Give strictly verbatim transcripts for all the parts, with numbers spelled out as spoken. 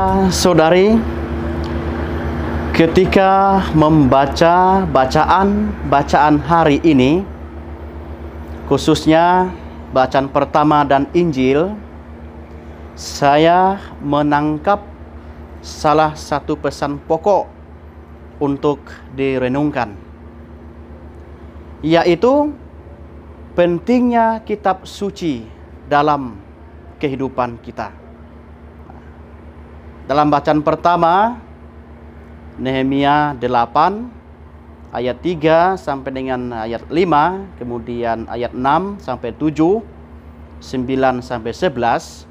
Saudara-saudari, ketika membaca bacaan-bacaan hari ini, khususnya bacaan pertama dan Injil, saya menangkap salah satu pesan pokok untuk direnungkan, yaitu pentingnya kitab suci dalam kehidupan kita. Dalam bacaan pertama, Nehemia delapan ayat tiga sampai dengan ayat lima, kemudian ayat enam sampai tujuh, sembilan sampai sebelas,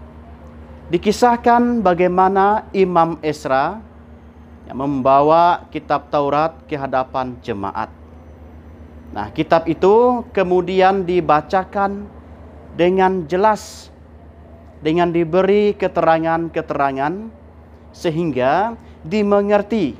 dikisahkan bagaimana Imam Ezra yang membawa kitab Taurat ke hadapan jemaat. Nah, kitab itu kemudian dibacakan dengan jelas, dengan diberi keterangan-keterangan sehingga dimengerti.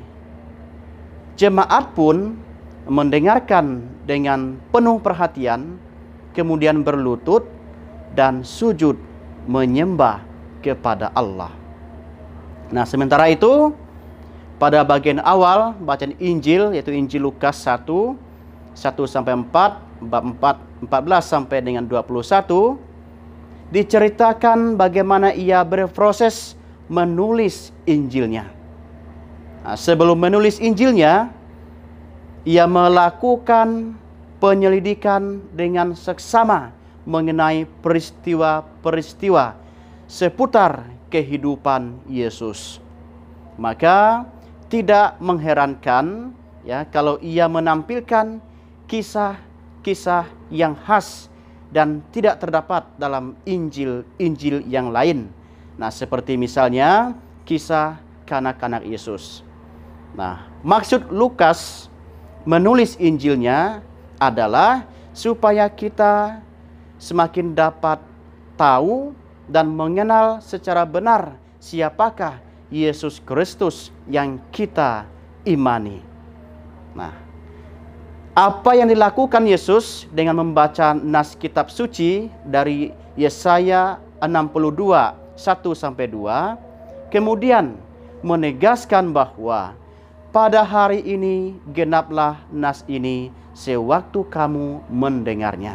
Jemaat pun mendengarkan dengan penuh perhatian, kemudian berlutut dan sujud menyembah kepada Allah. Nah, sementara itu pada bagian awal bacaan Injil, yaitu Injil Lukas satu, satu sampai empat, bab empat, empat belas sampai dengan dua puluh satu, diceritakan bagaimana ia berproses menulis Injilnya. Nah, sebelum menulis Injilnya, ia melakukan penyelidikan dengan seksama mengenai peristiwa-peristiwa seputar kehidupan Yesus. Maka tidak mengherankan ya kalau ia menampilkan kisah-kisah yang khas dan tidak terdapat dalam Injil-Injil yang lain. Nah, seperti misalnya kisah kanak-kanak Yesus. Nah, maksud Lukas menulis Injilnya adalah supaya kita semakin dapat tahu dan mengenal secara benar siapakah Yesus Kristus yang kita imani. Nah, apa yang dilakukan Yesus dengan membaca nas kitab suci dari Yesaya enam puluh dua, satu sampai dua, kemudian menegaskan bahwa pada hari ini genaplah nas ini sewaktu kamu mendengarnya.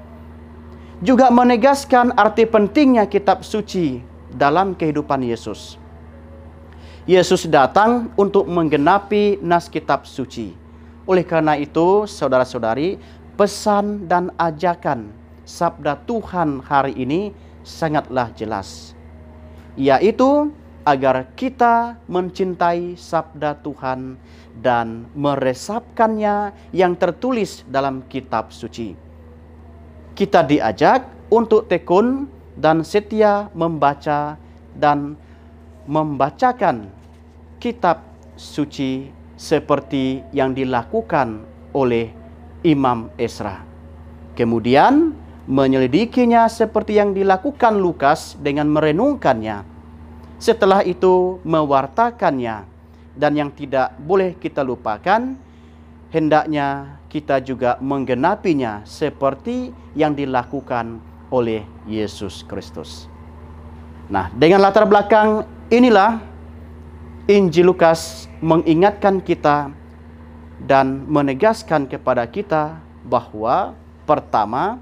Juga menegaskan arti pentingnya kitab suci dalam kehidupan Yesus. Yesus datang untuk menggenapi nas kitab suci. Oleh karena itu, saudara-saudari, pesan dan ajakan sabda Tuhan hari ini sangatlah jelas, yaitu agar kita mencintai sabda Tuhan dan meresapkannya yang tertulis dalam kitab suci. Kita diajak untuk tekun dan setia membaca dan membacakan kitab suci seperti yang dilakukan oleh Imam Ezra. Kemudian menyelidikinya seperti yang dilakukan Lukas dengan merenungkannya. Setelah itu mewartakannya. Dan yang tidak boleh kita lupakan, hendaknya kita juga menggenapinya seperti yang dilakukan oleh Yesus Kristus. Nah, dengan latar belakang inilah Injil Lukas mengingatkan kita dan menegaskan kepada kita bahwa pertama,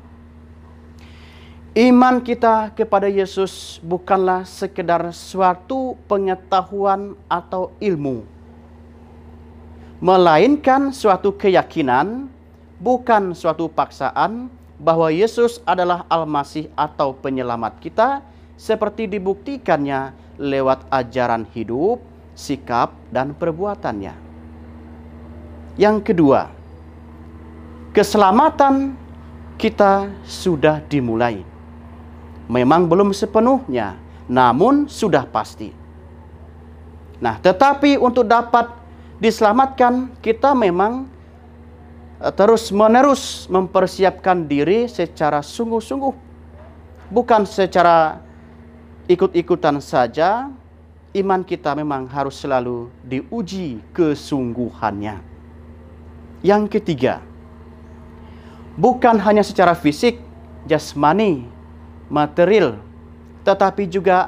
iman kita kepada Yesus bukanlah sekedar suatu pengetahuan atau ilmu, melainkan suatu keyakinan, bukan suatu paksaan bahwa Yesus adalah Al-Masih atau penyelamat kita, seperti dibuktikannya lewat ajaran hidup, sikap, dan perbuatannya. Yang kedua, keselamatan kita sudah dimulai. Memang belum sepenuhnya, namun sudah pasti. Nah, tetapi untuk dapat diselamatkan, kita memang terus-menerus mempersiapkan diri secara sungguh-sungguh. Bukan secara ikut-ikutan saja. Iman kita memang harus selalu diuji kesungguhannya. Yang ketiga, bukan hanya secara fisik, jasmani, material, tetapi juga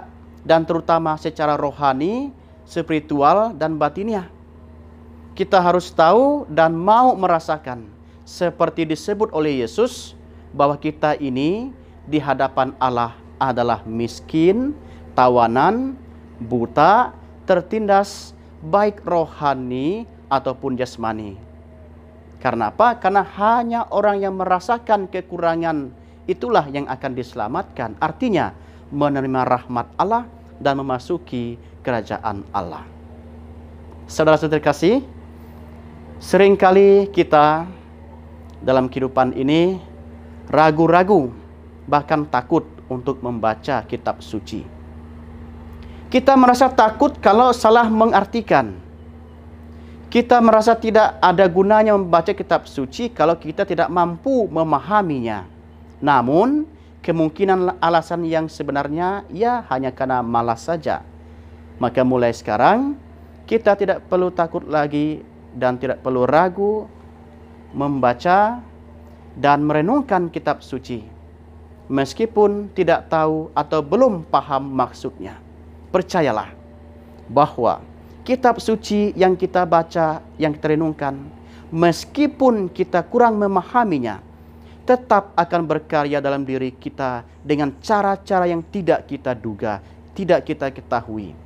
dan terutama secara rohani, spiritual, dan batiniah. Kita harus tahu dan mau merasakan seperti disebut oleh Yesus bahwa kita ini di hadapan Allah adalah miskin, tawanan, buta, tertindas, baik rohani ataupun jasmani. Karena apa? Karena hanya orang yang merasakan kekurangan itulah yang akan diselamatkan. Artinya menerima rahmat Allah dan memasuki kerajaan Allah. Saudara-saudara terkasih, seringkali kita dalam kehidupan ini ragu-ragu, bahkan takut untuk membaca kitab suci. Kita merasa takut kalau salah mengartikan. Kita merasa tidak ada gunanya membaca kitab suci kalau kita tidak mampu memahaminya. Namun, kemungkinan alasan yang sebenarnya ya hanya karena malas saja. Maka mulai sekarang, kita tidak perlu takut lagi dan tidak perlu ragu membaca dan merenungkan kitab suci. Meskipun tidak tahu atau belum paham maksudnya. Percayalah bahwa kitab suci yang kita baca, yang kita renungkan, meskipun kita kurang memahaminya, tetap akan berkarya dalam diri kita dengan cara-cara yang tidak kita duga, tidak kita ketahui.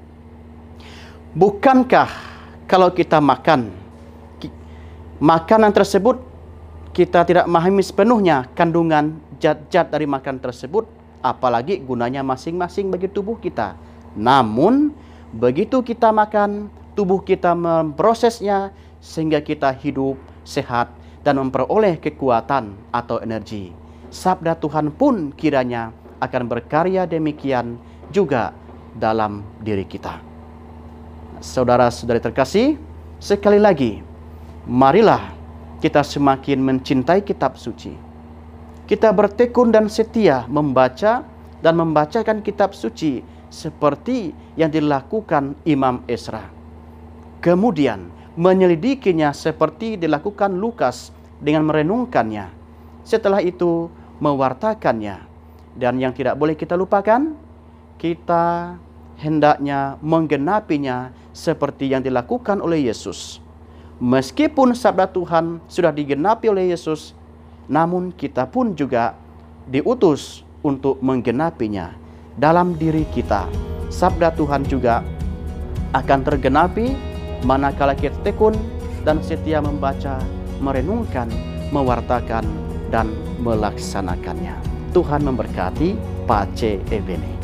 Bukankah kalau kita makan, makanan tersebut kita tidak memahami sepenuhnya kandungan zat-zat dari makanan tersebut, apalagi gunanya masing-masing bagi tubuh kita. Namun, begitu kita makan, tubuh kita memprosesnya sehingga kita hidup sehat dan memperoleh kekuatan atau energi. Sabda Tuhan pun kiranya akan berkarya demikian juga dalam diri kita. Saudara-saudari terkasih, sekali lagi, marilah kita semakin mencintai kitab suci. Kita bertekun dan setia membaca dan membacakan kitab suci seperti yang dilakukan Imam Ezra. Kemudian menyelidikinya seperti dilakukan Lukas dengan merenungkannya. Setelah itu mewartakannya. Dan yang tidak boleh kita lupakan, kita hendaknya menggenapinya seperti yang dilakukan oleh Yesus. Meskipun sabda Tuhan sudah digenapi oleh Yesus, namun kita pun juga diutus untuk menggenapinya. Dalam diri kita, sabda Tuhan juga akan tergenapi manakala kita tekun dan setia membaca, merenungkan, mewartakan, dan melaksanakannya. Tuhan memberkati. Pace e bene.